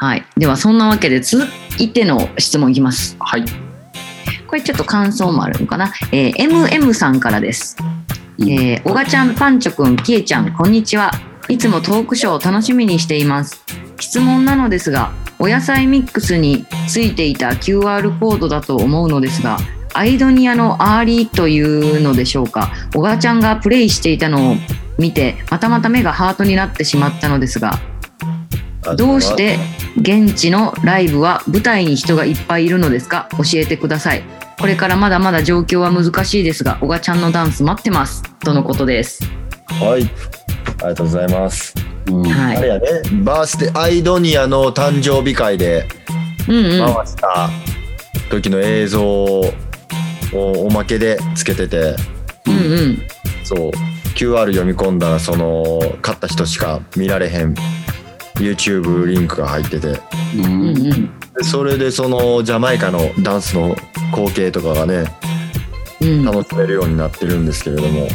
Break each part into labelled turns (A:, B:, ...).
A: はい、ではそんなわけで続いての質問いきます。
B: はい。
A: これちょっと感想もあるのかな。MM さんからです。おがちゃん、パンチョくん、きえちゃん、こんにちは。いつもトークショーを楽しみにしています。質問なのですが、お野菜ミックスについていた QR コードだと思うのですが、アイドニアのアーリーというのでしょうか。おがちゃんがプレイしていたのを見て、またまた目がハートになってしまったのですが、どうして現地のライブは舞台に人がいっぱいいるのですか？教えてください。これからまだまだ状況は難しいですが、おがちゃんのダンス待ってますとのことです。
C: はい、ありがとうございます。
A: はい、
C: あれやね、バースデーアイドニアの誕生日会で回した時の映像をおまけでつけてて、そう QR 読み込んだらその買った人しか見られへん YouTube リンクが入ってて、でそれでそのジャマイカのダンスの光景とかがね、楽しめるようになってるんですけれども、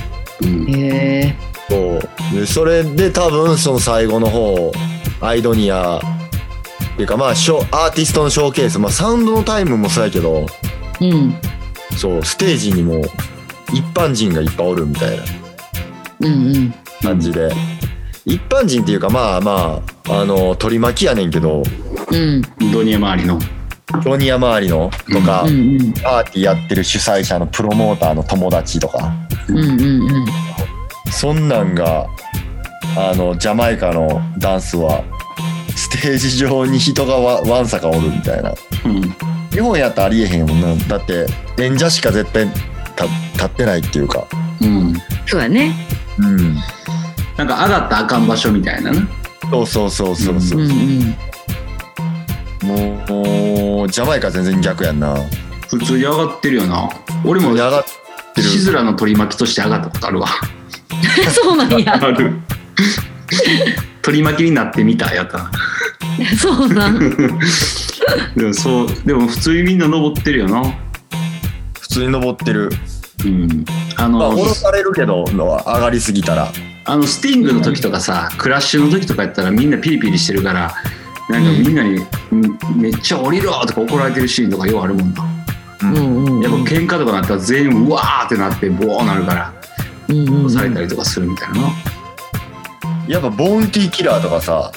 C: そうでそれで多分その最後の方アイドニアっていうかまあアーティストのショーケース、まあサウンドのタイムもそうやけど、そうステージにも一般人がいっぱいおるみたいな感じで、一般人っていうかまあまあ取り巻きやねんけど、
B: ドニア周りの
C: とか、パーティーやってる主催者のプロモーターの友達とか、そんなんがジャマイカのダンスはステージ上に人がわんさかおるみたいな、日本やったらありえへんもんな。だって演者しか絶対立ってないっていうか、
A: そうやね、
B: なんか上がったらあかん場所みたいなね。そう、
C: もうジャマイカ全然逆やんな。
B: 普通に上がってるよな。俺も
C: 上がってる。
B: シズラの取り巻きとして上がったことあるわ。
A: そうなんや。
B: ある。取り巻きになってみたやったな。
A: そうなん
B: でも普通にみんな登ってるよな。
C: 普通に登ってる。
B: まあ
C: 降ろされるけど上がりすぎたら、
B: スティングの時とかさ、クラッシュの時とかやったらみんなピリピリしてるから、なんかみんなにめっちゃ降りろとか怒られてるシーンとかようあるもんな。やっぱ喧嘩とかなったら全員うわーってなってボーなるから押されたりとかするみたいな。
C: やっぱボーンティーキラーとかさ、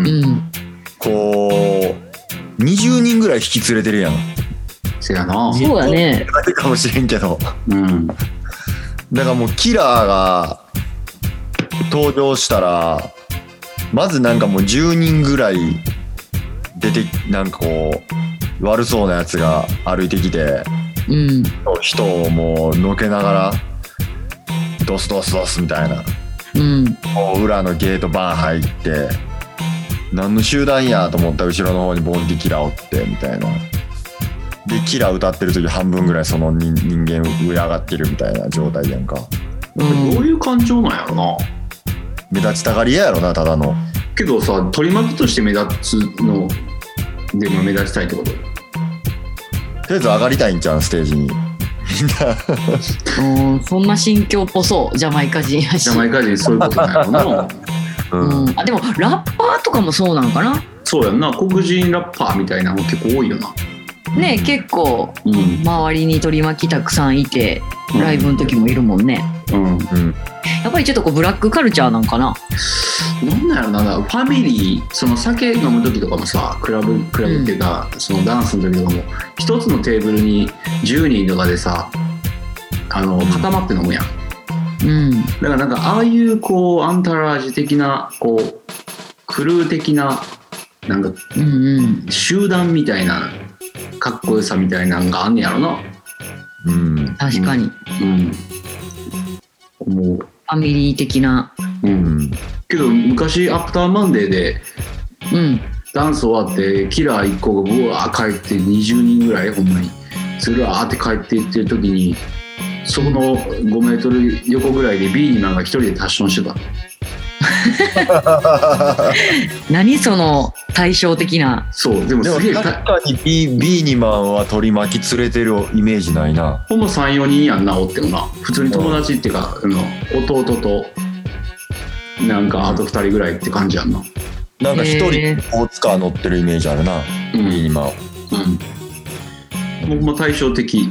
C: こう20人ぐらい引き連れてるやん。
B: せやな。
A: そうやね。
C: だけかもしれんけど、だからもうキラーが登場したらまずなんかもう10人ぐらい出て、なんかこう悪そうなやつが歩いてきて、人をもうのけながらドスドスドスみたいな、もう裏のゲートバーン入って何の集団やと思ったら後ろの方にボンティキラーおってみたいな。でキラー歌ってる時半分ぐらいその人間上上がってるみたいな状態やんか。
B: どういう感情なんやろな。
C: 目立ちたがり屋やろな、ただの。
B: けどさ、取り巻きとして目立つのでも目立ちたいってこと？
C: とりあえず上がりたいんちゃう、ステージに。
A: そんな心境っぽそう、ジャマイカ人やし。
B: ジャマイカ人そういうことなんやろな。
A: でもラッパーとかもそうなんかな。
B: そうやんな、黒人ラッパーみたいなの結構多いよな。
A: ね、結構、周りに取り巻きたくさんいて、ライブの時もいるもんね。やっぱりちょっとこうブラックカルチャーなんかな。
B: なんだろうな、ファミリー、その酒飲む時とかもさ、クラブっていうか、そのダンスの時とかも一つのテーブルに10人とかでさ、固まって飲むやん。だからなんかああいうこうアンタラージ的なこうクルー的ななんか集団みたいなかっこよさみたいなのがあんねやろな。
A: 確かに。
B: もう
A: ファミリー的な。
B: けど昔アフターマンデーで、ダンス終わってキラー1個がブワー帰って20人ぐらいほんまにずらーって帰っていってる時に、そこの5メートル横ぐらいでビーニマンが一人でタッションしてた。
A: 何その対照的な。
B: そうでもすげえ
C: 確かにビーニマンは取り巻き連れてるイメージないな。
B: ほんま 3,4 人やんな、おってもな。普通に友達っていうか弟となんかあと2人ぐらいって感じやんな。
C: なんか一人スポーツカー乗ってるイメージあるな、今。
B: 僕も対照的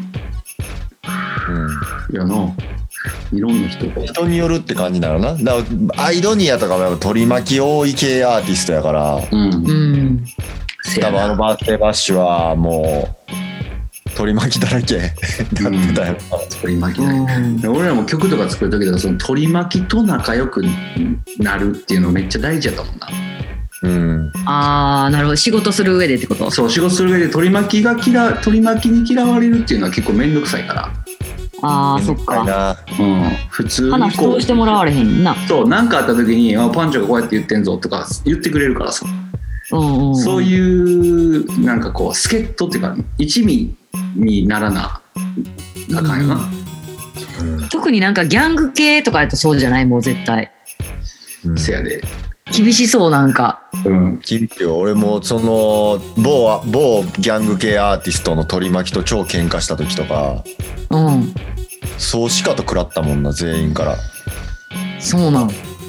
B: やな。いろんな人が
C: 人によるって感じなのな。だからアイドニアとかもやっぱ取り巻き多い系アーティストやから、多分バースデーバッシュはもう取り巻きだらけなってたよ。
B: 取り巻きだらけ。俺らも曲とか作る時とかその取り巻きと仲良くなるっていうのめっちゃ大事やったもんな。
A: ああ、なるほど。仕事する上でってこと？
B: そう、仕事する上で取り巻きに嫌われるっていうのは結構めんどくさいから。
A: ああ、そっか。
B: 普通に
A: 話通してもらわれへんな。
B: そう、なんかあった時にパンチョがこうやって言ってんぞとか言ってくれるからさ。そういうなんかこう助っ人っていうか一味にならなあかんよな。
A: 特になんかギャング系とかやとそうじゃない？もう絶対。
B: せやで。
A: 厳しそうなんか。
C: 厳しいよ。俺もその某ギャング系アーティストの取り巻きと超喧嘩した時とか、そうしかと食らったもんな、全員から。
A: そうなの。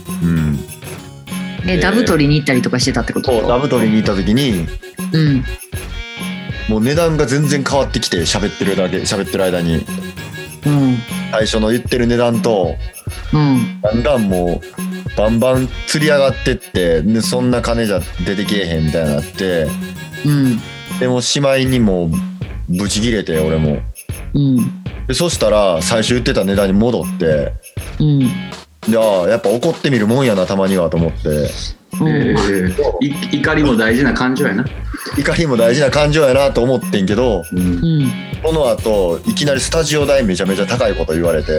A: ダブ取りに行ったりとかしてたってこと？
C: そう、ダブ取りに行った時に、もう値段が全然変わってきて、喋ってる間に、最初の言ってる値段と、だんだんもうバンバン釣り上がってって、でそんな金じゃ出てけえへんみたいになって、でもしまいにもうブチギレて、俺も、でそしたら最初言ってた値段に戻って、でやっぱ怒ってみるもんやな、たまにはと思って、
B: 怒りも大事な感情やな。
C: 怒りも大事な感情やなと思ってんけど、その後いきなりスタジオ代めちゃめちゃ高いこと言われて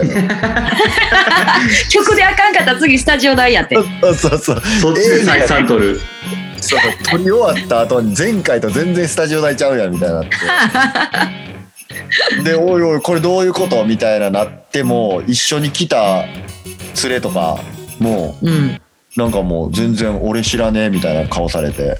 A: 曲であかんかったら次スタジオ代やって。
C: そう
B: そっちで採算取る。
C: そう、撮り終わった後に前回と全然スタジオ代ちゃうやんみたいになってで、おいおいこれどういうことみたいななっても、一緒に来た連れとかもう、なんかもう全然俺知らねえみたいな顔されて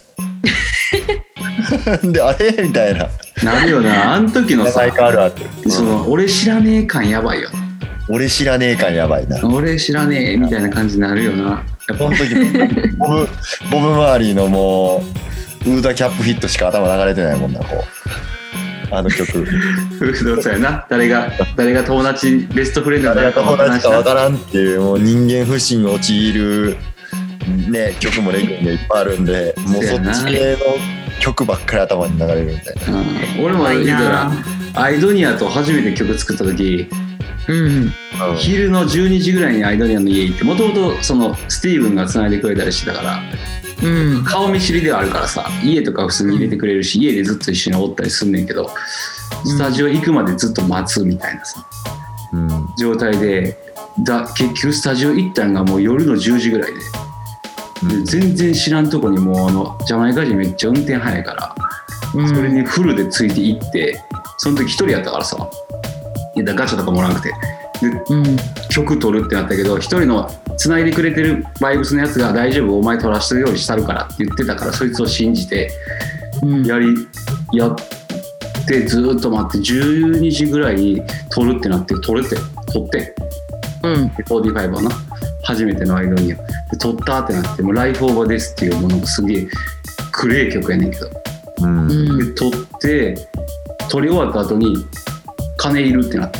C: で、あれみたいな
B: なるよな。あの時のさ、その俺知らねえ感やばいよ。
C: 俺知らねえ感やばいな。
B: 俺知らねえみたいな感じになるよな。
C: この時ボブ周りのもうウーダキャップフィットしか頭流れてないもんな、こうあの曲
B: そうやな。誰が友達、ベストフレンド
C: 誰が友達かわからんっていう、もう人間不信陥るね、曲もレギュラーでいっぱいあるんで、もうそっち系の曲ばっかり頭に流れるみたいな。
B: 俺も言うたらアイドニアと初めて曲作った時、昼の12時ぐらいにアイドニアの家行って、もともとそのスティーブンが繋いでくれたりしてたから、顔見知りではあるからさ、家とか普通に入れてくれるし、家でずっと一緒におったりすんねんけど、スタジオ行くまでずっと待つみたいなさ、状態で結局スタジオ行ったんがもう夜の10時ぐらいで、全然知らんとこにもうジャマイカ人めっちゃ運転早いから、それにフルでついて行って、その時一人やったからさ、ガチャとかもらなくて、で、曲撮るってなったけど、一人の繋いでくれてるバイブスのやつが大丈夫、お前撮らせるようにしたるからって言ってたから、そいつを信じてやってずっと待って、12時ぐらいに撮るってなって、撮って、45をな、初めてのアイドルにで撮ったってなって、もうライフオーバーですっていうものがすげえクレー曲やねんけど、で撮って撮り終わった後に金いるってなって、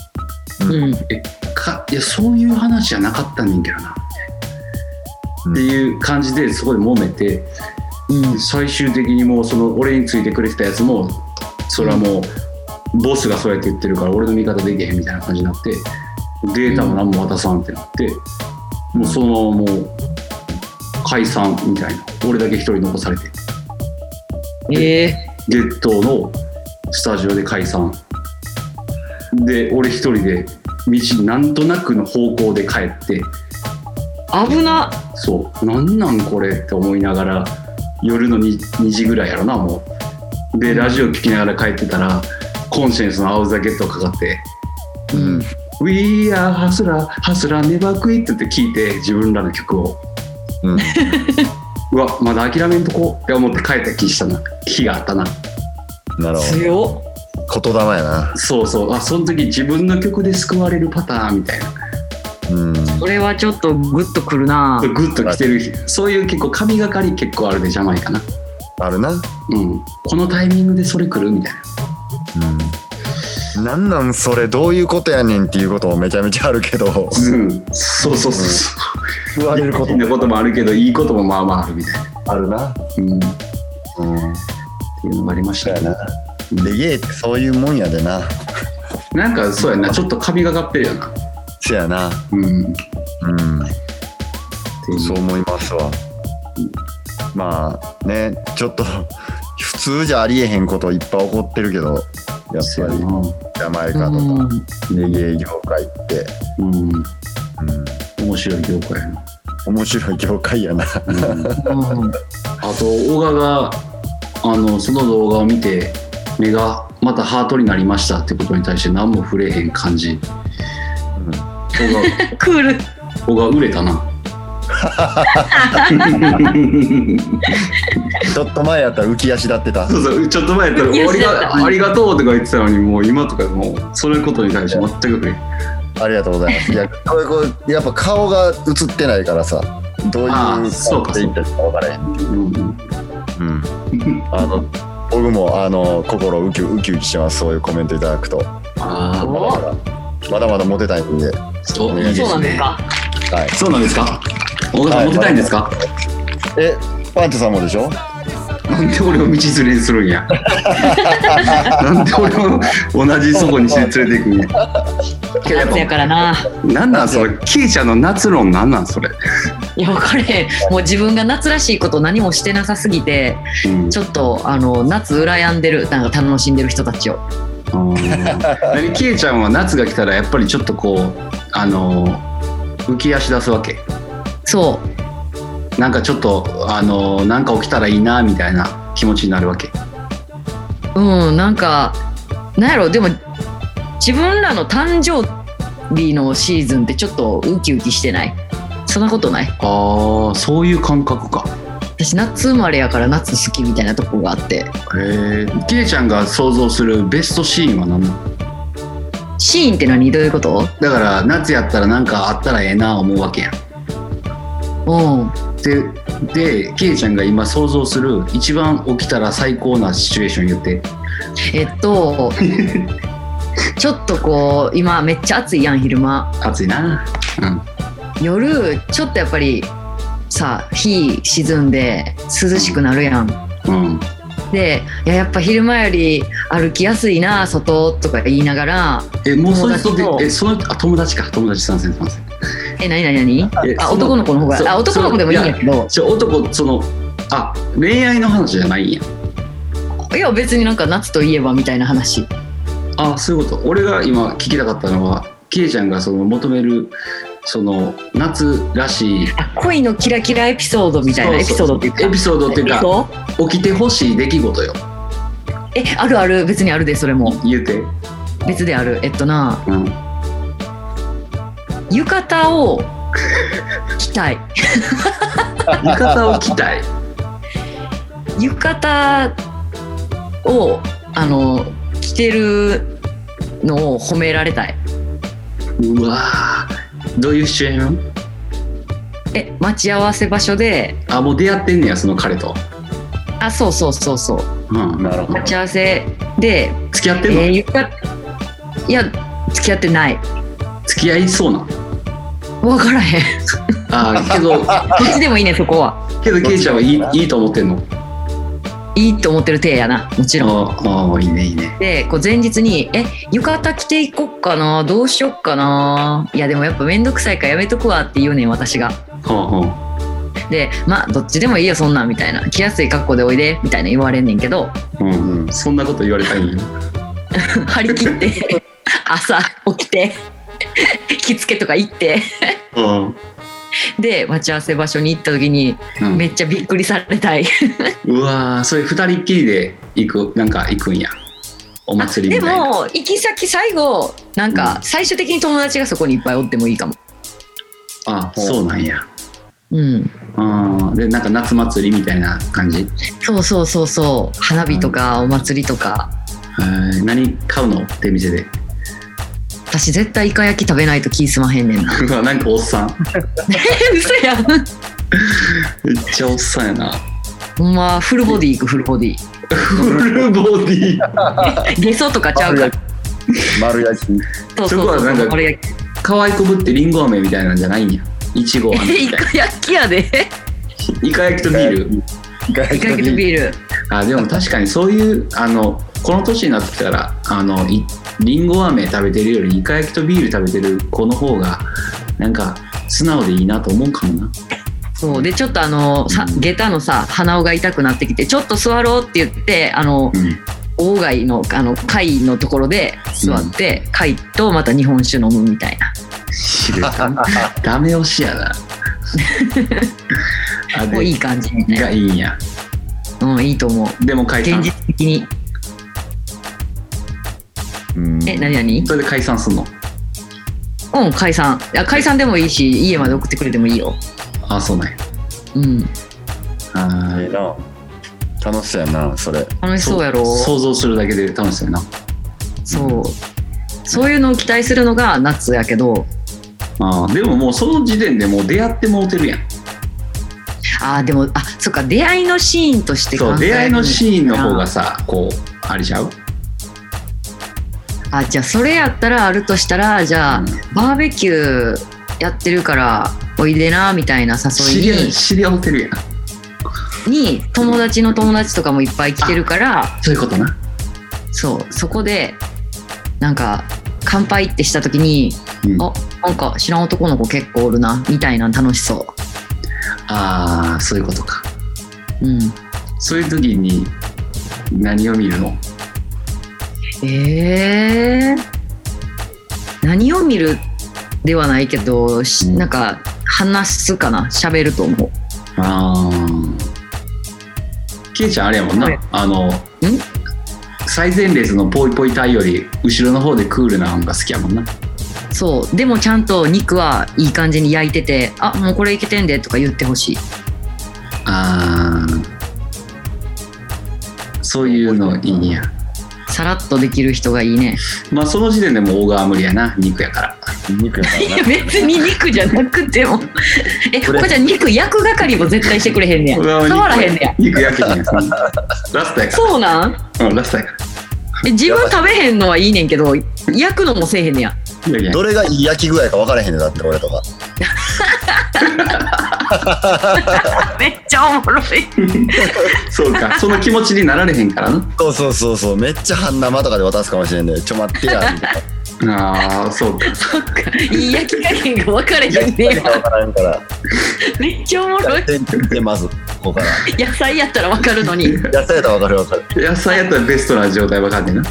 B: いやそういう話じゃなかったんねんけどなっていう感じで、そこで揉めて、最終的にもうその俺についてくれてたやつも、それはもうボスがそうやって言ってるから俺の味方できへんみたいな感じになって、データも何も渡さんってなって、もうそのままもう解散みたいな、俺だけ一人残されて、ゲットーのスタジオで解散で、俺一人で道なんとなくの方向で帰って、
A: 危な。
B: そうなんこれって思いながら、夜の 2時ぐらいやろな、もうでラジオ聞きながら帰ってたら、コンシェンスの青ザゲットかかって、We are hustler, hustler never quit って聞いて、自分らの曲を、うわ、まだ諦めんとこって思って帰った日があったな。
C: なるほど。
A: 強っ。
C: 言霊やな。
B: そう、その時自分の曲で救われるパターンみたいな。
A: それはちょっとグッとくるな。
B: グッときてる。そういう結構神がかり結構あるでジャマイカな。
C: あるな。
B: このタイミングでそれ来るみたいな。
C: なんそれどういうことやねんっていうこともめちゃめちゃあるけど。
B: そう
C: 言われること
B: いいこともあるけどいいこともまあまああるみたいな。
C: あるな。
B: っていうのもありましたよね。
C: レゲエってそういうもんやでな。
B: なんかそうやな、ちょっと神がかってるよな。
C: そやな。そう思いますわ。まあね、ちょっと普通じゃありえへんこといっぱい起こってるけど、やっぱりジャマイカとかレゲエ業界って
B: 面白い業界やな。
C: 面白い業界やな。
B: あと小川がその動画を見て目がまたハートになりましたってことに対して何も触れへん感じ。
A: クール。
B: 小川売れたな。
C: ちょっと前やったら浮き足立ってた。
B: そうちょっと前やったらありがとうとか言ってたのに、もう今とかもうそれことに対して全く触れん。
C: ありがとうございます。いや、これやっぱ顔が映ってないからさ、どういう感じで言ったか分からへん。僕も心ウキウキしてます。そういうコメントいただくと。まだまだモテたいんで。
A: そうなんですか。
C: はい。
B: そうなんですか。小川さんモテたいんですか。
C: パンチさんもでしょ。
B: なんで俺を道連れにするんや。なんで俺を同じそこに連れていくんや。
A: 夏やからな。
B: なんなんそれ。ケイちゃんの夏論なんなんそれ。
A: いや分かれへん。もう自分が夏らしいこと何もしてなさすぎて、ちょっと夏羨んでる、なんか楽しんでる人たちを。
B: ケイちゃんは夏が来たらやっぱりちょっとこう浮き足出すわけ。
A: そう。
B: なんかちょっとなんか起きたらいいなみたいな気持ちになるわけ。
A: なんかなんやろ、でも自分らの誕生日のシーズンってちょっとウキウキしてない？そんなことない？
B: そういう感覚か。
A: 私夏生まれやから夏好きみたいなとこがあって。
B: ケイちゃんが想像するベストシーンは何なの？
A: シーンって何？どういうこと？
B: だから夏やったらなんかあったらええな思うわけやん。でケイちゃんが今想像する一番起きたら最高なシチュエーション言って。
A: ちょっとこう今めっちゃ暑いやん、昼間。
B: 暑いな。
A: 夜ちょっとやっぱりさ、日沈んで涼しくなるやん。でやっぱ昼間より歩きやすいな外とか言いながら。
B: もうその人で友達か。友達参戦。
A: 何？男の子の方が。男の子でもいいんやけど。
B: 恋愛の話じゃないんや。
A: いや別になんか夏といえばみたいな話。
B: そういうこと。俺が今聞きたかったのは、ケイちゃんが求める夏らしい
A: 恋のキラキラエピソードみたいな。エピソードっていうか
B: 起きてほしい出来事よ。
A: ある別にあるで。それも
B: 言うて。
A: 別である。浴衣を着たい。
B: 浴衣を着たい。
A: 浴衣を着てるのを褒められたい。
B: うわー、どういうシチュエーション？
A: 待ち合わせ場所で。
B: もう出会ってんねや、その彼と。
A: そう。
B: なるほど。
A: 待ち合わせで
B: 付き合ってんの？
A: いや付き合ってない。
B: 付き合いそうな。
A: 分からへん。
B: けどどっ
A: ちでもいいね、そこは。
B: けどケイちゃんはいいと思ってんの？
A: いいと思ってる体やな、もちろ
B: ん。いいね。で
A: こう前日に浴衣着ていこっかな、どうしよっかな、いやでもやっぱめんどくさいからやめとくわって言うねん、私が。でどっちでもいいよそんなんみたいな、着やすい格好でおいでみたいな言われんねんけど、
B: そんなこと言われたいんや。
A: 張り切って朝起きて着付けとか行ってで待ち合わせ場所に行った時に、めっちゃびっくりされたい。
B: うわー、それ二人っきりで行くんや、お祭りみたいな。
A: でも行き先最後なんか最終的に友達がそこにいっぱいおってもいいかも。
B: そうなんや。でなんか夏祭りみたいな感じ。
A: そう、花火とかお祭りとか。
B: 何買うの？出店で
A: 私絶対イカ焼き食べないと気済まへんねんな。
B: うわなんかおっさん
A: 嘘やん。
B: めっちゃおっさんやな。
A: ほんまフルボディ行くフルボディ。
B: フルボディ
A: ゲソとかちゃうから。
C: 丸焼き。
A: そう
B: そこはなんか
A: 丸焼き。
B: 可愛いこぶってリンゴ飴みたいなんじゃないんや。いちご飴
A: イ
B: みたいな。
A: カ焼きやで。
B: イカ焼きとビール。
C: イカ
A: イカ焼きとビール。
B: あでも確かにそういうこの年になってきたらリンゴ飴食べてるよりイカ焼きとビール食べてる子の方がなんか素直でいいなと思うかもな。
A: そうでちょっと下駄のさ鼻緒が痛くなってきてちょっと座ろうって言って大貝の貝のところで座って、貝とまた日本酒飲むみたいな。
B: ダメ押しやな。
A: もういい感じみたいな。
B: がいいんや。
A: いいと思う。
B: でも解散。
A: 現実的に。何？
B: それで解散すんの？
A: 解散。いや解散でもいいし家まで送ってくれてもいいよ。
B: あそうなんや。
C: いいな。楽しそうやなそれ。
A: 楽しそうやろ。
B: 想像するだけで楽しそうやな。
A: そういうのを期待するのが夏やけど。
B: でももうその時点でもう出会ってもうてるやん。
A: でもそっか出会いのシーンとして考える。
B: そう出会いのシーンの方がさこうあれちゃう？
A: じゃあそれやったらあるとしたらじゃあ、バーベキューやってるからおいでなみたいな誘いに
B: 知り合ってるやん。
A: に友達の友達とかもいっぱい来てるから
B: そういうことな。
A: そこでなんか乾杯ってした時に、なんか知らん男の子結構おるなみたいな楽しそう。
B: そういうことか。そういう時に何を見るの？
A: 何を見るではないけど、なんか話すかな、喋ると思う。
B: ケイちゃんあれやもんな、最前列のポイポイ隊より後ろの方でクールなのが好きやもんな。
A: そうでもちゃんと肉はいい感じに焼いててもうこれいけてんでとか言ってほしい。
B: そういうのいいんや。
A: さらっとできる人がいいね。
B: その時点でもう大川無理やな。肉やから
A: いや別に肉じゃなくてもこれじゃ肉焼く係も絶対してくれへんねや。触らへんねや。
B: 肉焼けへんや。ラストやから。
A: そうなん？
B: ラストやから。
A: 自分食べへんのはいいねんけど焼くのもせえへんねや。
C: どれがいい焼き具合か分からへんねんだって俺とか。
A: めっちゃおもろい。
B: そうか、その気持ちになられへんからな。
C: そうめっちゃ半生とかで渡すかもしれんね。ちょ待ってやみたい
B: な。そうか。
A: そっか、いい焼き加減が分かれへんね。
C: 分からんから。
A: めっちゃおもろい。
C: でまずここから。
A: 野菜やったら分かるのに。
C: 野菜やったら分かる。
B: 野菜やったらベストな状態分かんねんな。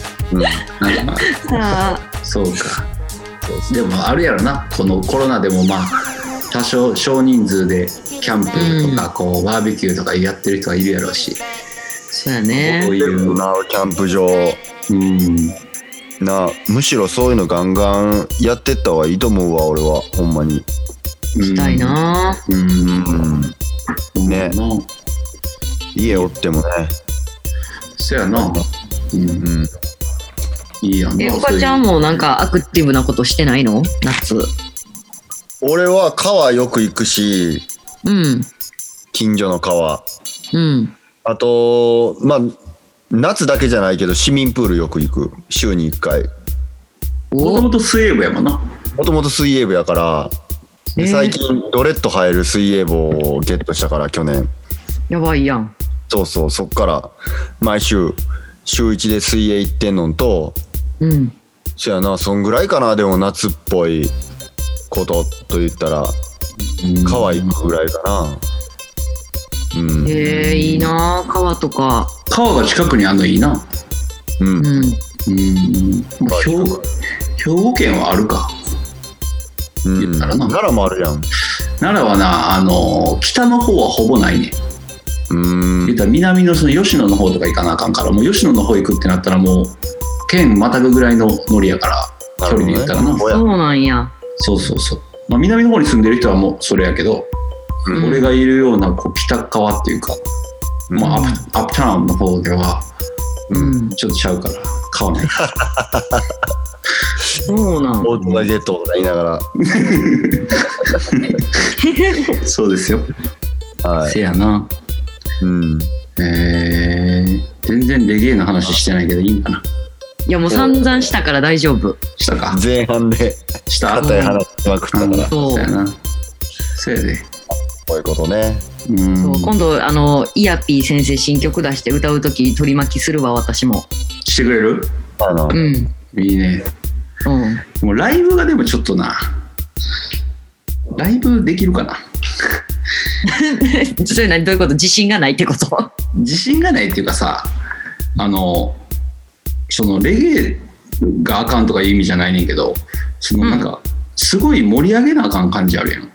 B: そうか。でもあるやろな、このコロナでも多少少人数でキャンプとかバーベキューとかやってる人はいるやろうし。
A: そうやね。
C: こういうキャンプ場むしろそういうのガンガンやってった方がいいと思うわ俺はほんまに。
A: したいな。
C: ね。家おってもね。
B: そうやな。いいやん。
A: おばちゃんもなんかアクティブなことしてないの？夏。
C: 俺は川よく行くし、近所の川。あと夏だけじゃないけど市民プールよく行く。週に1回。
B: もともと水泳部やもんな。
C: もともと水泳部やから、最近ドレッド入る水泳帽をゲットしたから去年。
A: やばいやん。
C: そっから毎週週1で水泳行ってんのと、そやな、そんぐらいかな。でも夏っぽいことと言ったら川行くぐらいかな。
A: いいな川とか。
B: 川が近くにあんのいいな。兵庫県はあるか。言ったらな。
C: 奈良もあるやん。
B: 奈良はな北の方はほぼないね。言ったら南のその吉野の方とか行かなあかんから、もう吉野の方行くってなったらもう県またぐぐらいのノリやから、距離で言ったらな。
A: そうなんや。
B: そう。南の方に住んでる人はもうそれやけど、俺がいるような北側っていうか、アップタウンの方ではちょっとちゃうから買わない。
A: そうなん。
C: オートバイゲットとか言いながら。
B: そうですよ。
C: はい。
B: せやな。
C: うん。
B: 全然レゲエの話してないけどいいんかな。
A: いやもう散々したから大丈夫。
B: したか。
C: 前半で
B: した
C: 硬い話しまくったから。
B: そうやな。そうやで。
C: こういうことね。
A: そう今度イヤピー先生新曲出して歌うとき取り巻きするわ私も。
B: してくれる？
A: うん。
B: いいね。
A: うん。
B: もうライブがでもちょっとな。ライブできるかな。
A: それ何どういうこと？自信がないってこと？
B: 自信がないっていうかさ、そのレゲエがあかんとかいう意味じゃないねんけど、そのなんかすごい盛り上げなあかん感じあるやん。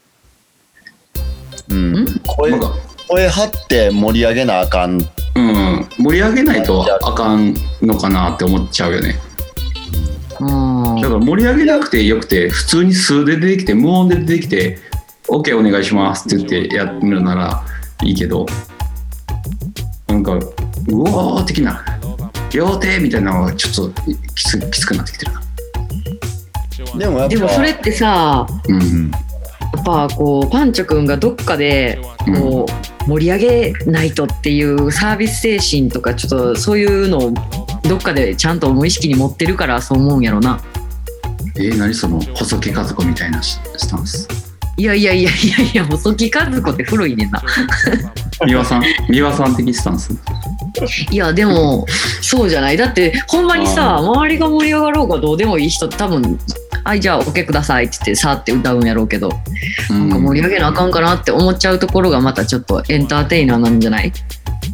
C: 声張って盛り上げなあかん。
B: 盛り上げないとあかんのかなって思っちゃうよね。だから盛り上げなくてよくて、普通に数で出てきて無音で出てきて OK お願いしますって言ってやるならいいけど、なんかうおー的な両手みたいなのがちょっときつくなってきてるな。
A: でもそれってさ、やっぱこうパンチョ君がどっかでこう盛り上げないとっていうサービス精神とかちょっとそういうのをどっかでちゃんと無意識に持ってるからそう思うんやろな。
B: 何その細木和子みたいなスタンス。
A: いや細木和子って古いねんな。
B: 美輪さん的スタンス。
A: いやでもそうじゃない。だってほんまにさ周りが盛り上がろうがどうでもいい人多分はいじゃあ OK くださいって言ってさーって歌うんやろうけど、なんか盛り上げなあかんかなって思っちゃうところがまたちょっとエンターテイナーなんじゃない？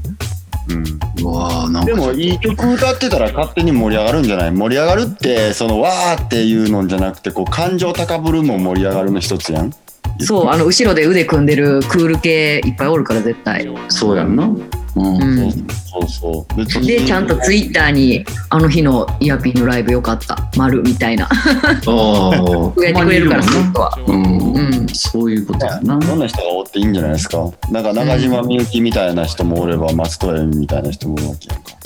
C: でもいい曲歌ってたら勝手に盛り上がるんじゃない？盛り上がるってそのわーっていうのじゃなくてこう感情高ぶるも盛り上がるの一つやん。
A: そう後ろで腕組んでるクール系いっぱいおるから絶対。
B: そうやんな。
C: そう
A: でちゃんとツイッターにあの日のイヤピーのライブよかった丸みたいな増えてくれるから本当は。
B: そういうことやな。
C: どんな人がおっていいんじゃないですか。なんか中島みゆきみたいな人もおれば松任谷由実みたいな人もおるわけやんか。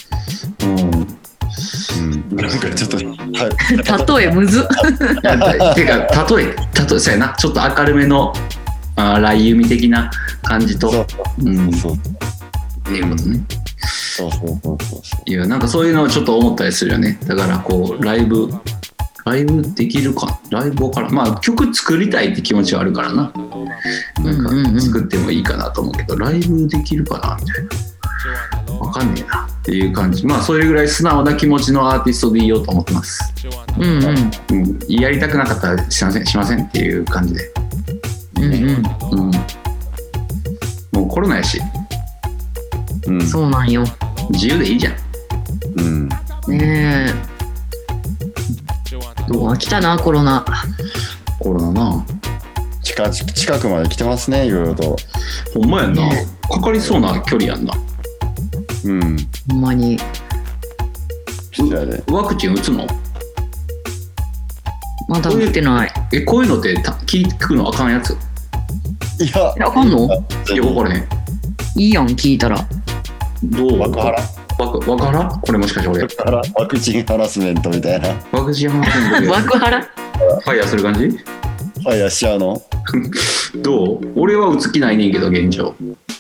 C: なんかちょっと
A: 例えむずっ。
B: てか例えそうやな、ちょっと明るめの来由美的な感じとっていうことね。いやなんかそういうのをちょっと思ったりするよね。だからこうライブできるか、ライブからまあ曲作りたいって気持ちはあるからな。なんか作ってもいいかなと思うけど、ライブできるかなみたいな。わかんねえなっていう感じ。まあそれぐらい素直な気持ちのアーティストでいようと思ってます。やりたくなかったらしませんっていう感じで。もうコロナやし。
A: そうなんよ。
B: 自由でいいじゃん。
A: ねえ。飽きたなコロナな。
C: 近くまで来てますねいろいろと。
B: ほんまやんな。かかりそうな距離やんな。
A: ほんまに。
B: ワクチン打つの？
A: まだ打ってない。
B: こういうのって聞くのあかんやつ？
C: いや
A: あかんの？
B: いや分からへん。
A: いいやん聞いたら。
C: どう？ワクハ
B: ラ？これもしかして俺。
C: ワクチンハラスメントみたいな。
B: ワクチンハラスメントで。
A: ワクハラ？
B: ファイヤーする感じ？
C: ファイヤーしちゃうの？
B: どう？俺は打つ気ないねんけど現状。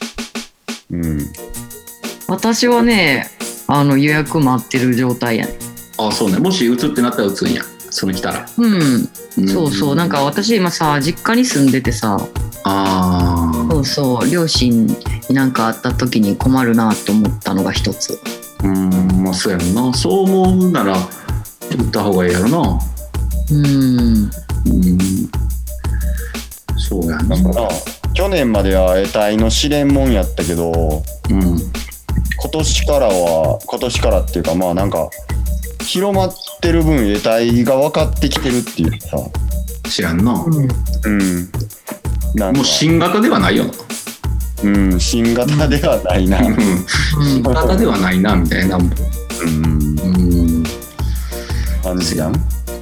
A: 私はね予約待ってる状態やね。
B: そうね。もし打つってなったら打つんや。その来たら。
A: そうなんか私今さ実家に住んでてさ。そう両親になんかあった時に困るなと思ったのが一つ。
B: まあそうやろな。そう思うなら打った方がいいやろな。そうやな。
C: 去年までは得体の試練もんやったけど、今年からっていうかまあなんか広まってる分得体が分かってきてるっていうさ。
B: 知らんな。
C: なんか
B: もう新型ではないよな。
C: 新型ではないな。
B: 新型ではないなみたいな。
C: 感じやん。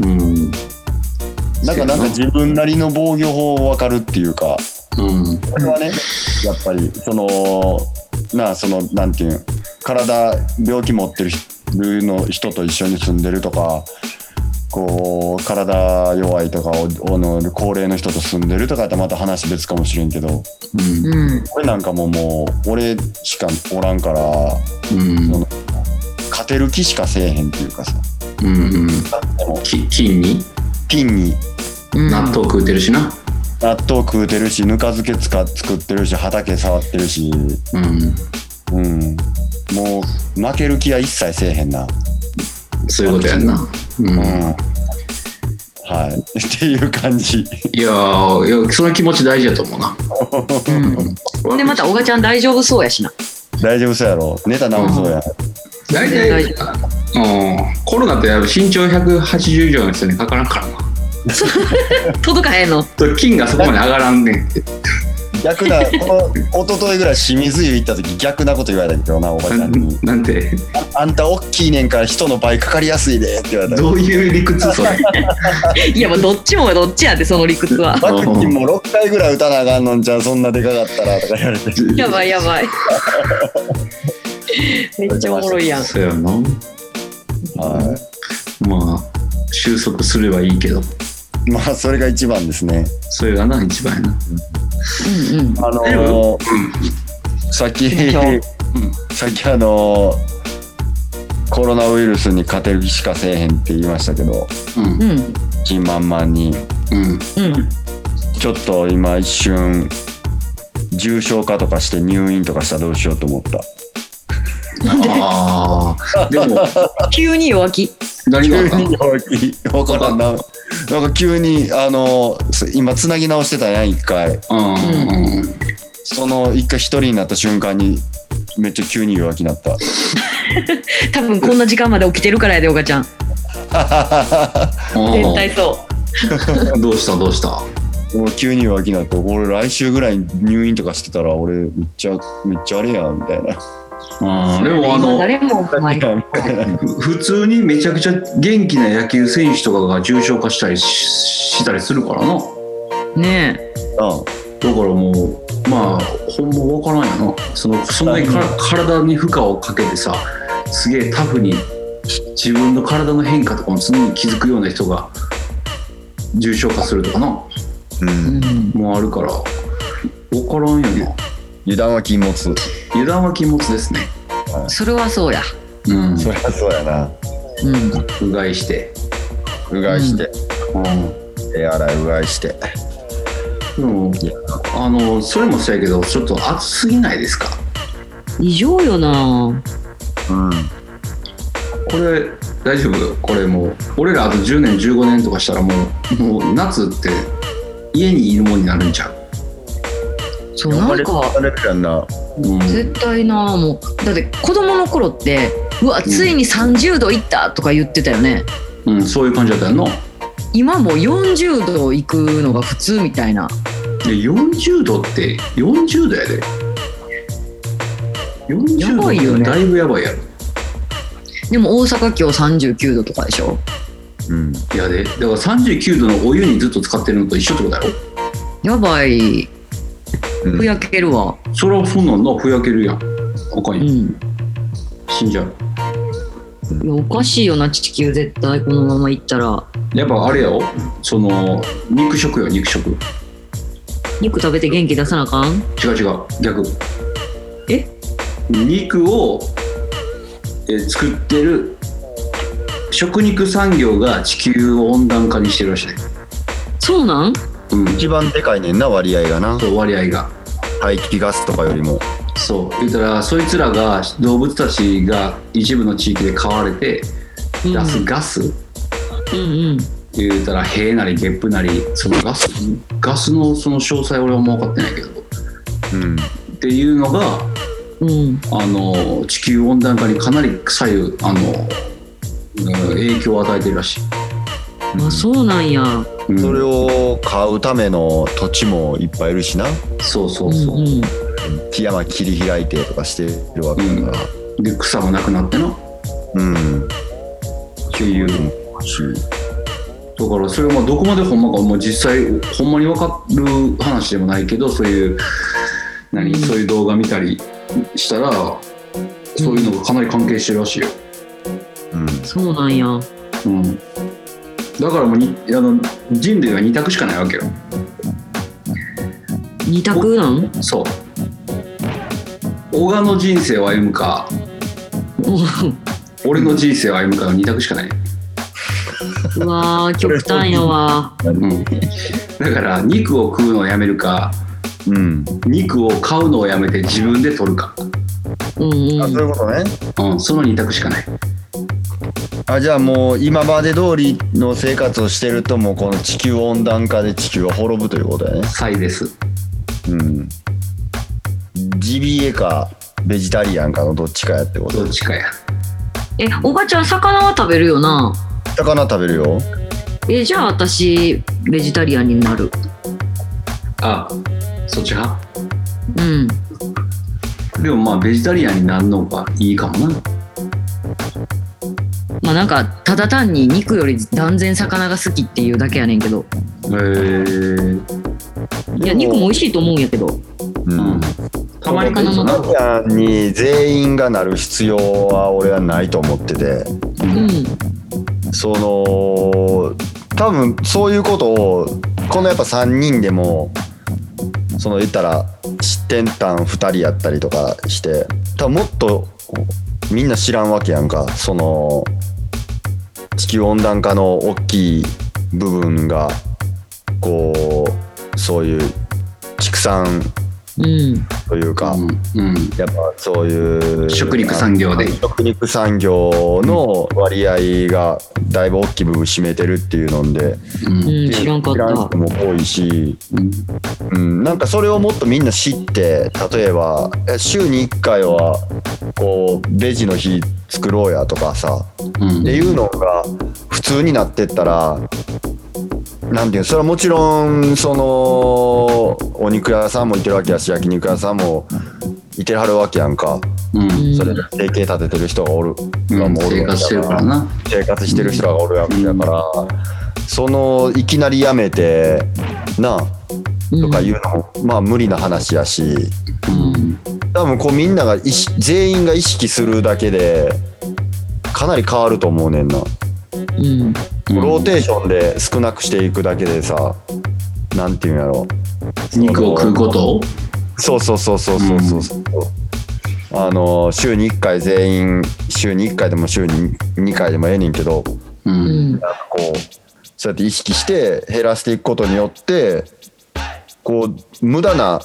C: なんか自分なりの防御法分かるっていうか。これはねやっぱりなんていう病気持ってる人と一緒に住んでるとかこう体弱いとか高齢の人と住んでるとかやったらまた話別かもしれんけど、俺なんかもう俺しかおらんから、勝てる気しかせえへんっていうかさ、
B: 金に納豆食うてるしな。
C: 納豆食うてるし、ぬか漬け作ってるし、畑触ってるし、もう負ける気は一切せえへんな。
B: そういうことやんな。
C: はい。っていう感じ。
B: いやその気持ち大事やと思うな。
A: でまたおがちゃん大丈夫そうやしな。
C: 大丈夫そうやろ。ネタ直そうや。
B: 大体コロナって身長180以上の人にかからんからな。
A: 届かへんの。
B: 金がそこまで上がらんねんって。
C: 逆な、一昨日ぐらい清水湯行った時逆なこと言われたけどな、おばちゃんに。
B: なんて？
C: あんた大きいねんから人の倍かかりやすいでって言われた。
B: どういう理屈それ？
A: いやもうどっちもどっちやってその理屈は。
C: ワクチンも6回ぐらい打たなあかんのんちゃう、そんなでかかったらとか言われて。
A: やばいやばい。めっちゃおもろいやん。
B: そうやな。まあ収束すればいいけど。
C: まあそれが一番ですね。
B: それがな一番やな。
C: さっきコロナウイルスに勝てる気しかせえへんって言いましたけど、自信満々に、ちょっと今一瞬重症化とかして入院とかしたらどうしようと思った。
B: でも
A: 急に弱気。
B: 何があったの？
C: 分からんな。なんか急に今つなぎ直してたやん一回。その一回一人になった瞬間にめっちゃ急に弱気になった。
A: 多分こんな時間まで起きてるからやでおがちゃん。絶対そう。
B: どうした
C: もう急に弱気になって、俺来週ぐらい入院とかしてたら俺めっちゃあれやんみたいな。
B: でも
A: 誰も
B: 普通にめちゃくちゃ元気な野球選手とかが重症化したりするからな。
A: ねえ。
B: だからもうまあほんま分からんやな。そんなに体に負荷をかけてさ、すげえタフに自分の体の変化とかも常に気づくような人が重症化するとかな、もうあるから分からんよな。
C: 油断は禁物
B: ですね。
A: それはそうや。
C: そりゃそうやな。
B: うがいして
C: 手洗いうがいして。
B: でもそれもそうやけどちょっと暑すぎないですか？
A: 異常よな。
B: これ大丈夫？これもう俺らあと10年15年とかしたらもう夏って家にいるもんになるんちゃう？
A: そうなんか絶対な。もうだって子供の頃ってうわついに30度いったとか言ってたよね。
B: そういう感じだったよな。
A: 今もう40度いくのが普通みたいな。
B: 40度って40度やで。40度ってだいぶやばいやろ。
A: でも大阪今日39度とかでしょ。
B: いやでだから39度のお湯にずっと使ってるのと一緒ってことだろ。
A: やばい。ふやけるわ。
B: それはそんなんだ、ふやけるやん。おかに、死んじゃう。
A: いやおかしいよな地球絶対このままいったら。
B: やっぱあれよ、肉食よ肉食。
A: 肉食べて元気出さなあかん？
B: 違う逆。肉を作ってる食肉産業が地球を温暖化にしてるらしい。
A: そうなん？
C: 一番でかいねんな割合がな。
B: そう割合が
C: 排気ガスとかよりも。
B: そう言ったらそいつらが動物たちが一部の地域で飼われて出すガス、言ったら屁なりゲップなりそのガスのその詳細俺はもう分かってないけど、っていうのが、地球温暖化にかなり左右影響を与えてるらしい。
A: そうなんや。
C: それを買うための土地もいっぱいいるしな。
B: そう、
C: 木山切り開いてとかしてるわけだから、
B: で草もなくなってな。っていうだからそれはどこまでほんまかもう実際ほんまに分かる話でもないけど、そういうそういう動画見たりしたらそういうのがかなり関係してるらしいよ。
A: そうなんや。
B: だからもう人類は2択しかないわけよ。
A: 二択なん？
B: そう。小川の人生を歩むか、俺の人生を歩むかの2択しかない。
A: うわー極端やわ。
B: だから肉を食うのをやめるか、肉を買うのをやめて自分で取るか。
C: そういうことね。
B: その2択しかない。
C: じゃあもう今まで通りの生活をしてると、もうこの地球温暖化で地球が滅ぶということだよね。
B: サイです。
C: ジビエかベジタリアンかのどっちかやってこと。
B: どっちかや。
A: おばちゃん魚は食べるよな？
C: 魚食べるよ。
A: じゃあ私ベジタリアンになる。
B: そっち派？でもまあベジタリアンになるのがいいかもな。
A: まあなんかただ単に肉より断然魚が好きっていうだけやねんけど。いや肉も美味しいと思うんやけど。
B: たまに
C: ベジタリアンに全員がなる必要は俺はないと思ってて、多分そういうことをこのやっぱ3人でも言ったら失点単2人やったりとかして、多分もっとみんな知らんわけやんか。地球温暖化の大きい部分がそういう畜産というか、やっぱそういう
B: 食肉産業
C: の割合がだいぶ大きい部分占めてるっていうので、
A: 知らんかった。
C: 知らん人も多いし、なんかそれをもっとみんな知って、例えば週に1回はベジの日作ろうやとかさ、っていうのが普通になってったら、なんていうの、それはもちろんお肉屋さんもいてるわけやし、焼肉屋さんもいてはるわけやんか。それで生計立ててる人がおる、
B: 生活してるからな。
C: 生活してる人がおるわけだから、いきなりやめてなとかいうのもまあ無理な話やし、多分みんなが全員が意識するだけでかなり変わると思うねんな。ローテーションで少なくしていくだけでさ、なんていうんやろ、
B: 肉を食うことを、
C: そう週に1回全員、週に1回でも週に2回でもええねんけど、なんかそうやって意識して減らしていくことによって、無駄な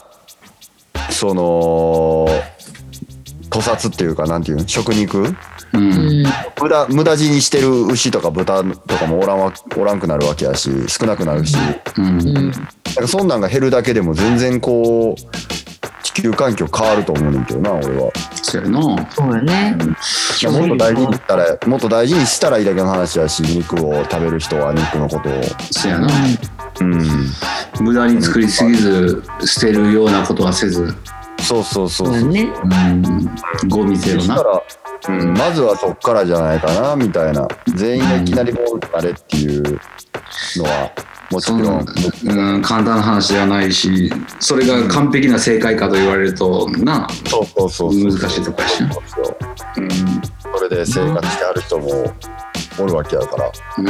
C: 屠殺っていうか、なんていうの、食肉、無駄死にしてる牛とか豚とかもおらんくなるわけやし、少なくなるし、なんかそんなんが減るだけでも全然地球環境変わると思うねんけどな、俺は。
B: そうやな。
A: そうやね。
C: もっと大事にしたらいいだけの話やし、肉を食べる人は肉のことを。
B: そうやな。無駄に作りすぎず、捨てるようなことはせず。
C: そう
A: ね。
B: ゴミゼロな。
C: まずはそっからじゃないかなみたいな。全員がいきなりボールになれっていうのはもちろん、
B: 簡単な話ではないし、それが完璧な正解かと言われるとな、
C: そう
B: 難しいとこやしな。
C: それで生活してある人もおるわけやから、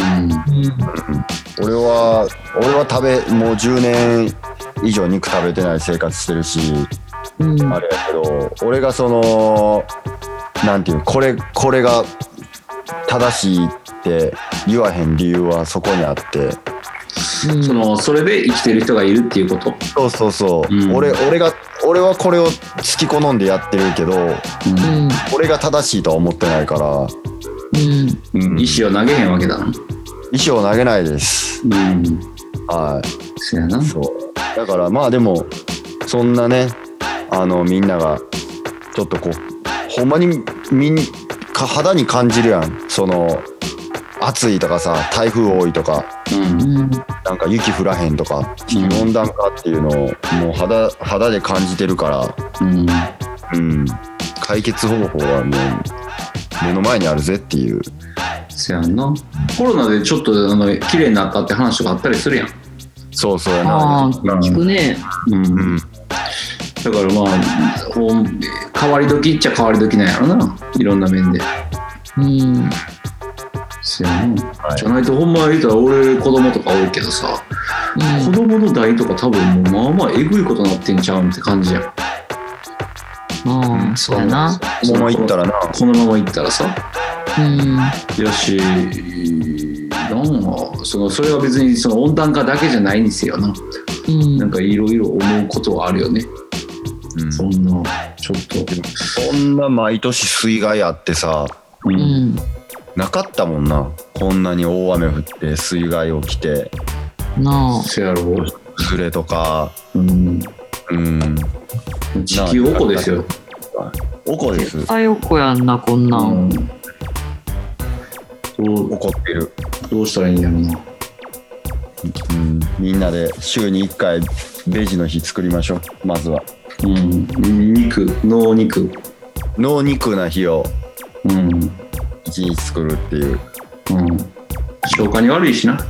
C: 俺はもう10年以上肉食べてない生活してるし、あれやけど、俺がなんていう、これが正しいって言わへん理由はそこにあって、
B: それで生きてる人がいるっていうこと。
C: そう、俺はこれを好き好んでやってるけど、俺が正しいとは思ってないから、
B: 石を投げへんわけだな。
C: 石を投げないです。はい。
B: そうやな。
C: だからまあでもそんなね、みんながちょっとほんまに肌に感じるやん。暑いとかさ、台風多いとか、なんか雪降らへんとか、地球温暖化っていうのをもう肌で感じてるから、解決方法はもう目の前にあるぜっていう。
B: そうやんな。コロナでちょっと綺麗になったって話とかあったりするやん。
C: そうやな。
A: 聞くね。
B: だからまあ変わり時っちゃ変わり時なんやろな、いろんな面で。 そうやね、
C: はい、
B: じゃないとほんま言うたら俺子供とか多いけどさ、子供の代とか多分もうまあまあえぐいことなってんちゃうんって感じやん。
A: そうやな。
C: このままいったらな。
B: このままいったらさ。やし、それは別にその温暖化だけじゃないんですよな。なんかいろいろ思うことはあるよね。そんなちょっと
C: そんな毎年水害あってさ、なかったもんな。こんなに大雨降って水害起きて
A: なあ。
B: せやろ。
C: 崩れとか。
B: 地球おこですよ。
C: おこです。
A: 絶対おこやんな、こんなん。
C: 怒ってる。
B: どうしたらいいんやろな。
C: みんなで週に1回ベジの日作りましょう。まずは。
B: 脳肉
C: な日を1日作るっていう。
B: 消化に悪いしな。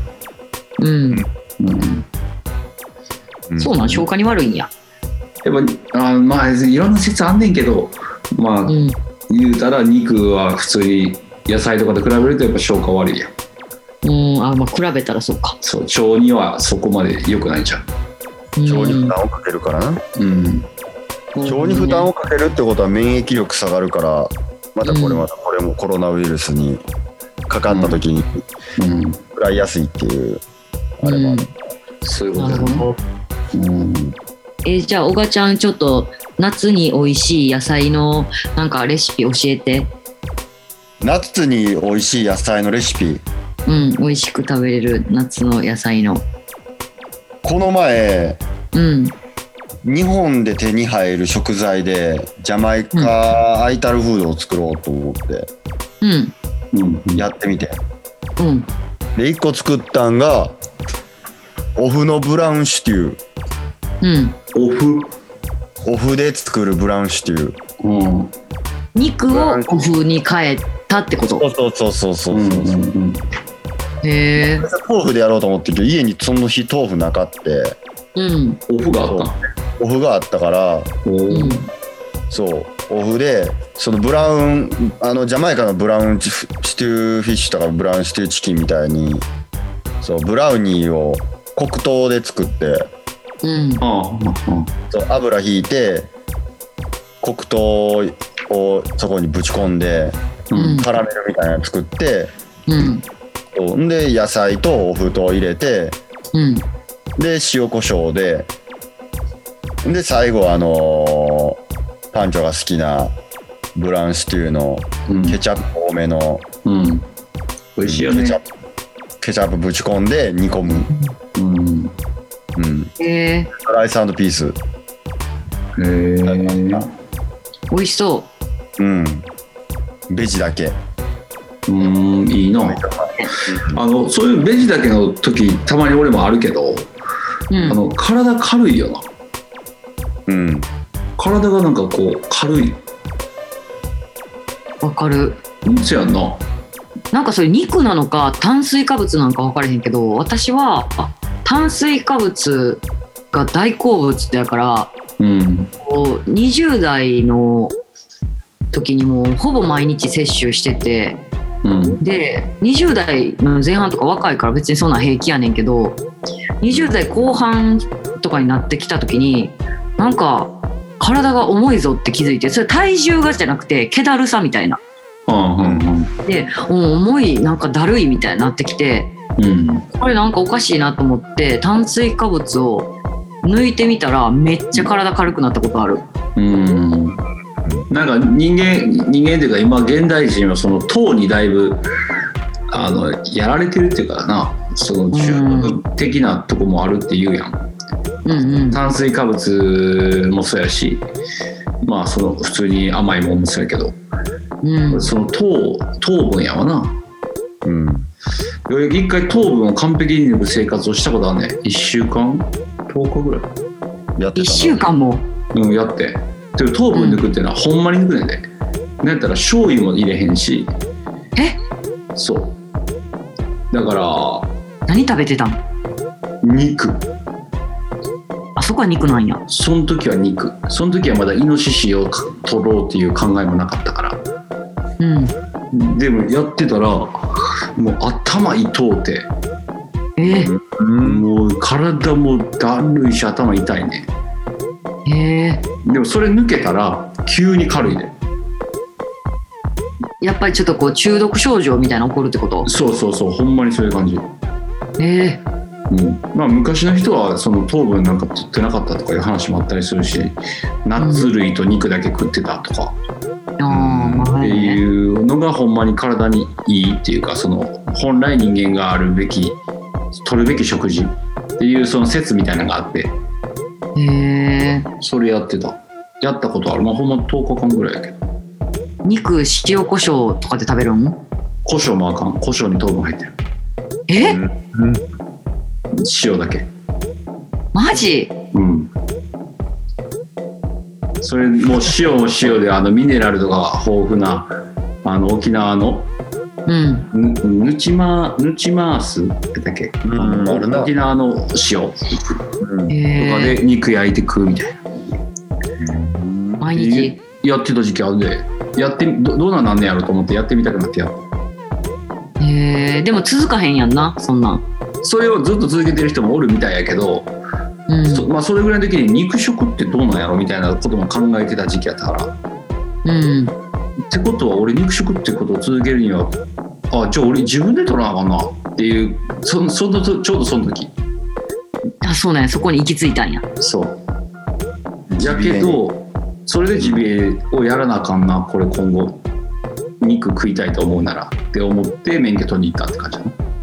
A: そうなん、消化に悪いんや。
B: やっぱまあいろんな説あんねんけど、まあ、言うたら肉は普通に野菜とかと比べるとやっぱ消化悪いやん。
A: まあ比べたらそうか。
B: そう、腸にはそこまで良くないんちゃう。
C: 腸に負担をかけるからな。腸に負担をかけるってことは免疫力下がるから、またこれもコロナウイルスにかかった時に食らいやすいっていうあれもある。
B: そういうことだね。
A: じゃあおがちゃん、ちょっと夏に美味しい野菜のなんかレシピ教えて。
C: 夏に美味しい野菜のレシピ。
A: 美味しく食べれる夏の野菜の。
C: この前、日本で手に入る食材でジャマイカアイタルフードを作ろうと思ってやってみて、で1個作ったんがお麩のブラウンシチュー。お麩で作るブラウンシチュー。
A: 肉をお麩に変えたってこと。
C: そう。
A: へえ。
C: 豆腐でやろうと思ってるけど、家にその日豆腐なかって。
B: お麩があった。
C: お麩があったから、そうお麩でそのブラウンジャマイカのブラウンシチューフィッシュとかブラウンシチューチキンみたいに、そうブラウニーを黒糖で作って、そう油ひいて黒糖をそこにぶち込んで、カラメルみたいなの作って、で野菜とお麩と入れて、で塩コショウで最後パンチョが好きなブラウンシチューのケチャップ多めの、
B: 美味しいよね。
C: ケチャップぶち込んで煮込む。ライス&ピース。
A: 美味しそう。
C: ベジだけ。
B: いいな。そういうベジだけの時たまに俺もあるけど、体軽いよな。体がなんかこう軽い。
A: わかる。
B: そうやんな。
A: なんかそれ肉なのか炭水化物なのか分からへんけど、私は炭水化物が大好物だから、こう20代の時にもうほぼ毎日摂取してて、で20代の前半とか若いから別にそんな平気やねんけど、20代後半とかになってきた時になんか体が重いぞって気づいて、それ体重がじゃなくて気だるさみたいな、で重い、なんかだるいみたいになってきて、これなんかおかしいなと思って炭水化物を抜いてみたらめっちゃ体軽くなったことある。
B: なんか人間っていうか今現代人はその糖にだいぶやられてるっていうかな、その中毒的なとこもあるっていうやん。炭水化物もそうやし、まあその普通に甘いもんもそうやけど、その糖分やわな。一回糖分を完璧に抜く生活をしたことあるね。1週間10日ぐらい
C: やってた。
A: 1週間も
B: やって。で糖分抜くっていうのはほんまに抜くねんで。なんやったら醤油も入れへんし。そうだから
A: 何食べてたん？
B: 肉。
A: あそこは肉なんや。
B: その時は肉。その時はまだイノシシを取ろうっていう考えもなかったから。でもやってたらもう頭痛うて、もう体もだるいし頭痛いね。でもそれ抜けたら急に軽いで。
A: やっぱりちょっとこう中毒症状みたいなの起こるってこと？
B: そうそうそう、ほんまにそういう感じ。まあ、昔の人はその糖分なんか取ってなかったとかいう話もあったりするし、ナッツ類と肉だけ食ってたとか、っていうのがほんまに体にいいっていうか、その本来人間があるべき取るべき食事っていうその説みたいなのがあって、それやったことある。まあほんま10日間ぐらいやけど。
A: 肉塩コショウとかで食べるの？
B: コショウもあかん。コショウに糖分入ってる。塩だけ。
A: マジ？
B: それもう塩でミネラルとか豊富な沖縄のヌチマースだっけ、沖縄の塩とかで肉焼いて食うみたいな。
A: 毎日
B: やってた時期あるんで、どうなんねやろと思ってやってみたくなってやる。
A: でも続かへんやんな、そんなん。
B: それをずっと続けてる人もおるみたいやけど、まあそれぐらいの時に肉食ってどうなんやろみたいなことも考えてた時期やったから。ってことは俺肉食ってことを続けるには、じゃあ俺自分で取らなあかんなっていう、ちょうどその時。
A: そうなんや、そこに行き着いたんや。
B: そう。やけどそれでジビエをやらなあかんな、これ今後肉食いたいと思うならって思って免許取りに行ったって感じ。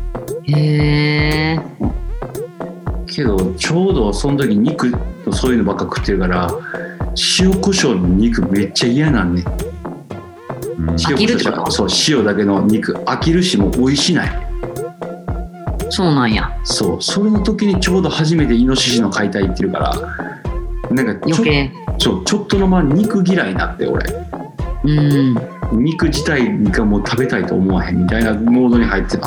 B: けどちょうどその時肉とそういうのばっか食ってるから、塩コショウの肉めっちゃ嫌なんね。
A: 飽きるってこと？
B: そう、塩だけの肉飽きるし、もう美味しない。
A: そうなんや。
B: そう、それの時にちょうど初めてイノシシの解体行ってるから、なんか
A: 余計
B: ちょっとの間肉嫌いになって、俺肉自体がもう食べたいと思わへんみたいなモードに入ってた。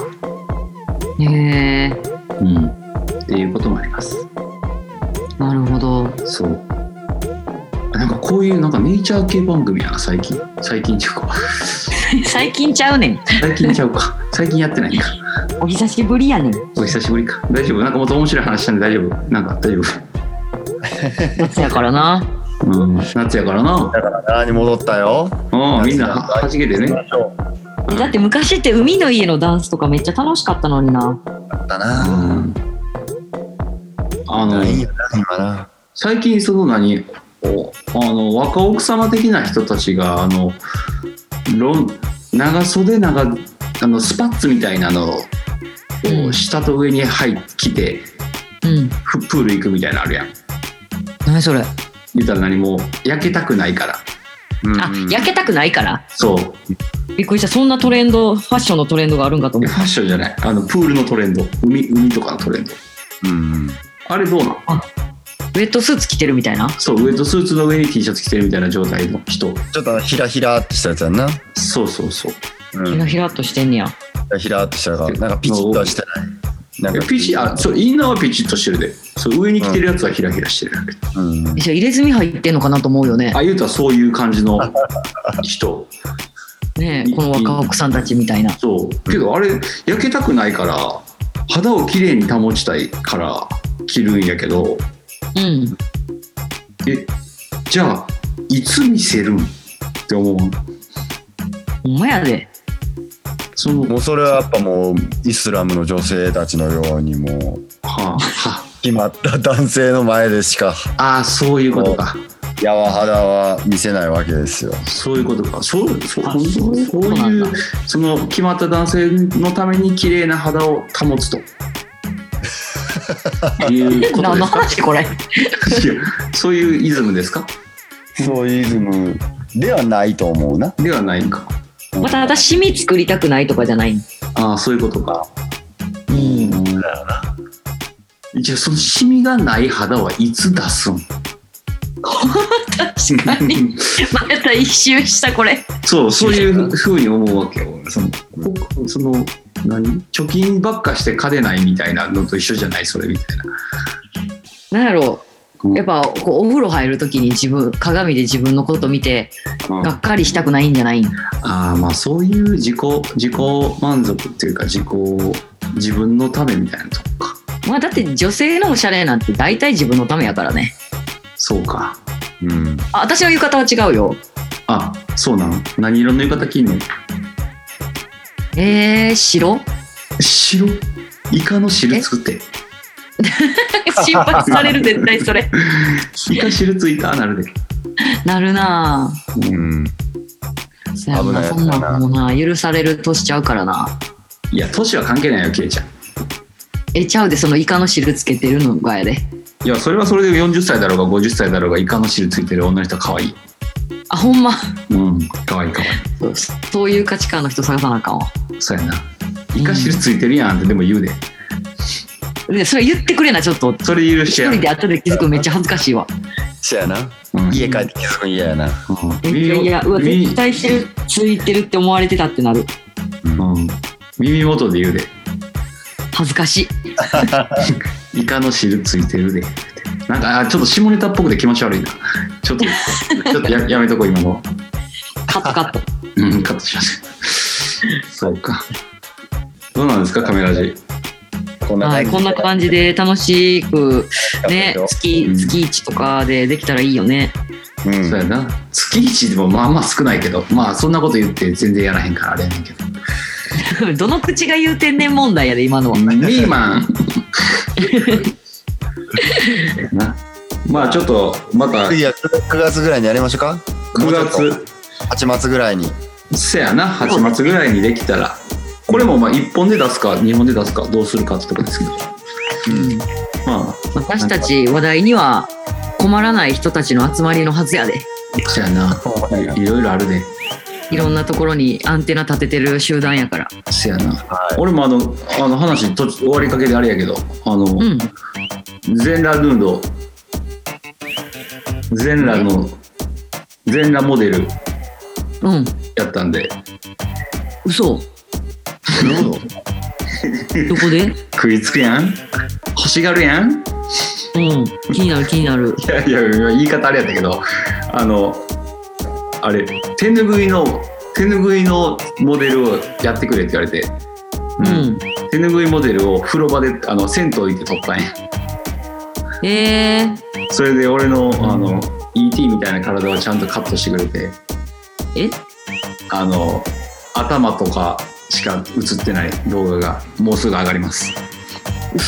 B: っていうこともあります。
A: なるほど。
B: そう。なんかこういうなんかネイチャー系番組やな、最近ちゃうか。
A: 最近ちゃうねん。
B: 最近ちゃうか。最近やってないか。
A: お久しぶりやねん。
B: お久しぶりか。大丈夫？なんかもっと面白い話したんで大丈夫？なんか大丈夫？
A: 夏やからな。
B: 夏やからな。
C: だからに戻ったよ。
B: みんなはじけてね。
A: だって昔って海の家のダンスとかめっちゃ楽しかったのにな。
C: だな。
B: 最近その若奥様的な人たちが長袖スパッツみたいなのを下と上に着て、プール行くみたいなのあるやん。
A: 何それ？
B: 言ったら何も焼けたくないから。
A: 焼けたくないから。
B: そう。
A: びっくりした。そんなファッションのトレンドがあるんかと思う。
B: ファッションじゃない。プールのトレンド、海とかのトレンド。あれどうなん？
A: ウェットスーツ着てるみたいな。
B: そう、ウェットスーツの上に T シャツ着てるみたいな状態の人。
C: ちょっとヒラヒラってしたやつやんな。
B: そう。
A: ヒラヒラっとしてんねや。
C: ヒラっとしたからなんかピチッとはしてない。なんか
B: そうインナーはピチッとしてるで。そう上に着てるやつはヒラヒラしてる。
A: じゃあ入れ墨入ってんのかなと思うよね。
B: 言うたらそういう感じの人。
A: ねえ、この若奥さんたちみたいな。
B: そうけどあれ焼けたくないから肌をきれいに保ちたいから着るんやけど、じゃあいつ見せるんって思う。
A: ほんまやで。
C: もうそれはやっぱもうイスラムの女性たちのようにもう決まった男性の前でしか
B: そういうことか。
C: やわ肌は見せないわけですよ。
B: そういうことか。そういうその決まった男性のために綺麗な肌を保つということですか？
A: 何の話これ？
B: そういうイズムですか？
C: そういうイズムではないと思うな。
B: ではないか。
A: また私シミ作りたくないとかじゃない。
B: そういうことか。だよな。じゃあそのシミがない肌はいつ出すん？
A: 確かに。また一周したこれ。
B: そういう風に思うわけよ。その貯金ばっかして金ないみたいなのと一緒じゃないそれみたいな。
A: なんやろう。 やっぱこうお風呂入るときに鏡で自分のこと見てがっかりしたくないんじゃないん？
B: ああ、まあそういう自己満足っていうか自分のためみたいなとこか。
A: まあだって女性のおしゃれなんて大体自分のためやからね。
B: そうか。
A: 私の浴衣は違うよ。
B: あ、そうなの？何色の浴衣着んの？
A: 白？
B: イカの汁作って。
A: 心配される、絶対それ。
B: イカ汁ついたなるで。
A: なるなぁ。そやな、そんなんもな、許される年ちゃうからな。
B: いや、年は関係ないよ、キエちゃん。
A: ちゃうで、そのイカの汁つけてるのがやで。
B: いや、それはそれで40歳だろうが50歳だろうがイカの汁ついてる女の人は可愛い。
A: あ、ほんま。
B: 可愛い。
A: そういう価値観の人探さなあかんわ。
B: そうやな。イカ汁ついてるやんってでも言うで。
A: でそれ言ってくれな、ちょっと。
B: それ許しや。
A: 一人で後で気づくめっちゃ恥ずかしいわ。
C: そうやな。家帰って気づくん嫌やな。
A: いや、絶対汁ついてるって思われてたってなる。
B: 耳元で言うで。
A: 恥ずかし
B: い。イカの汁ついてるで。なんかちょっと下ネタっぽくて気持ち悪いな。ちょっと やめとこう今の。
A: カット。
B: カットしました。そうか。どうなんですかカメラジ。
A: こんな感じで楽しくね、月1とかでできたらいいよね。
B: そうやな。月1でもまあまあ少ないけど、まあそんなこと言って全然やらへんからあれやねんけど。
A: どの口が言う天然問題やで今のは。
B: ミーマン。まあちょっとまた
C: 9月ぐらいにやりましょうか。
B: 9月
C: 8月ぐらいに。
B: せやな、8月ぐらいにできたら。これもまあ1本で出すか2本で出すかどうするかってとこですけど、
A: 私たち話題には困らない人たちの集まりのはずやで。
B: そうやな、いろいろあるで。
A: いろんなところにアンテナ立ててる集団やから。
B: そうやな、俺も話終わりかけであれやけど全裸ヌード全裸モデルやったんで。
A: 嘘。どこで？
B: 食いつくやん、欲しがるやん。
A: 気になる。
B: いや言い方あれやったけど、あれ手ぬぐいのモデルをやってくれって言われて、手ぬぐいモデルを風呂場で銭湯行って撮ったんや。それで俺のET みたいな体をちゃんとカットしてくれて、頭とかしか映ってない動画がもうすぐ上がります。
A: 嘘。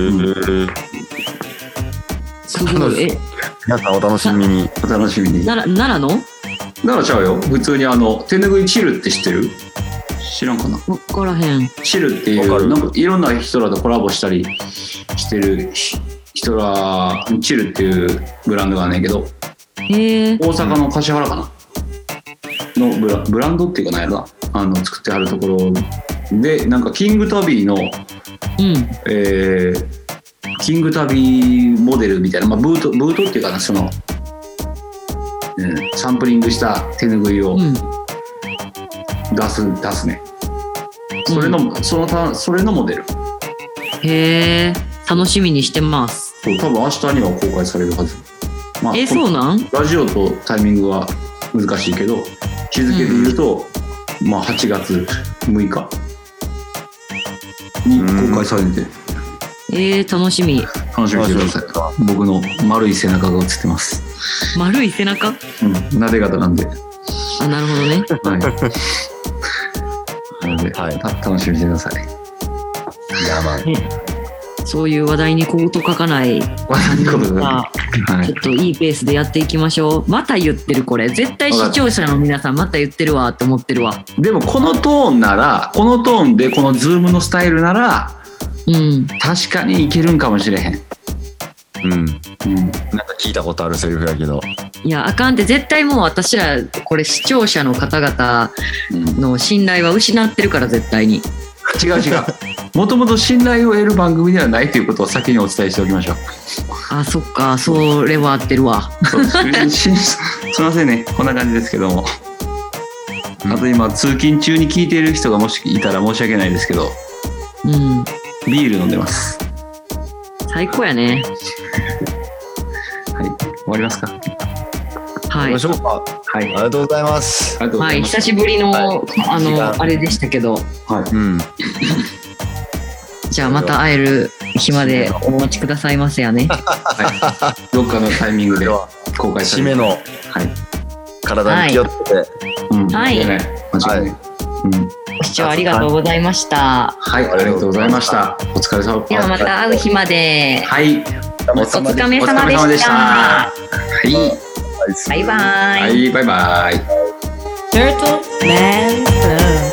A: すごい。
C: 皆さんお楽しみに。
A: 奈良
B: ちゃうよ。普通に手ぬぐいチルって知ってる？知らんかな。
A: 分からへん。
B: チルっていうなんかいろんな人らとコラボしたりしてる人ら、チルっていうブランドがあんねんけど、大阪の柏原かなのブランドっていうかなんやろな、作ってはるところで、なんかキングタビーの、キングタビーモデルみたいな、ブートっていうかな、その、サンプリングした手ぬぐいを出すね。それのモデル。
A: へー、楽しみにしてます。
B: 多分明日には公開されるはず。
A: そうなん？
B: ラジオとタイミングは難しいけど、日付で言うと、8月6日に公開されて、
A: 楽しみに
B: してください。僕の丸い背中が映ってます。
A: 丸い背中？
B: なで型なんで。
A: なるほどね。
B: なので、楽しみにしてください。
A: そういう話題に小言書かない
B: ことが、
A: ちょっといいペースでやっていきましょう。また言ってる、これ絶対視聴者の皆さんまた言ってるわって思ってるわ。
B: でもこのトーンでこのズームのスタイルなら、確かにいけるんかもしれへん。
C: なんか聞いたことあるセリフやけど、
A: いやあかんって、絶対もう私らこれ視聴者の方々の信頼は失ってるから、絶対に。
B: 違うもともと信頼を得る番組ではないということを先にお伝えしておきましょう。
A: そっか、それは合ってるわ。
B: すいませんね、こんな感じですけども、あと今通勤中に聞いている人がもしいたら申し訳ないですけど、ビール飲んでます。
A: 最高やね。
B: りますか。
A: はい
C: 行きましょうか。
B: はい。
C: ありがとうございます。
B: ありがとうご
A: はい、
B: ざいます。
A: 久しぶりの、
C: はい
A: あれでしたけど、
B: はい。
C: うん。
A: じゃあまた会える日までお待ちくださいませやね。
B: はい。どっかのタイミングで
C: では、
B: 公開される。
C: 締めの
B: はい。
C: 体に気をつけて。
B: うん。
A: はい
B: 間違いない。間違いない。うん。
A: ご視聴ありがとうございました。
B: はい。ありがとうございました。お疲れ様。
A: ではまた会う日まで。
B: はい。
A: お疲れ様で
B: お疲れ様で
A: し。
B: したた。はい。
A: バイバイ。
B: はい。バイバイ。
D: Turtle Man Club.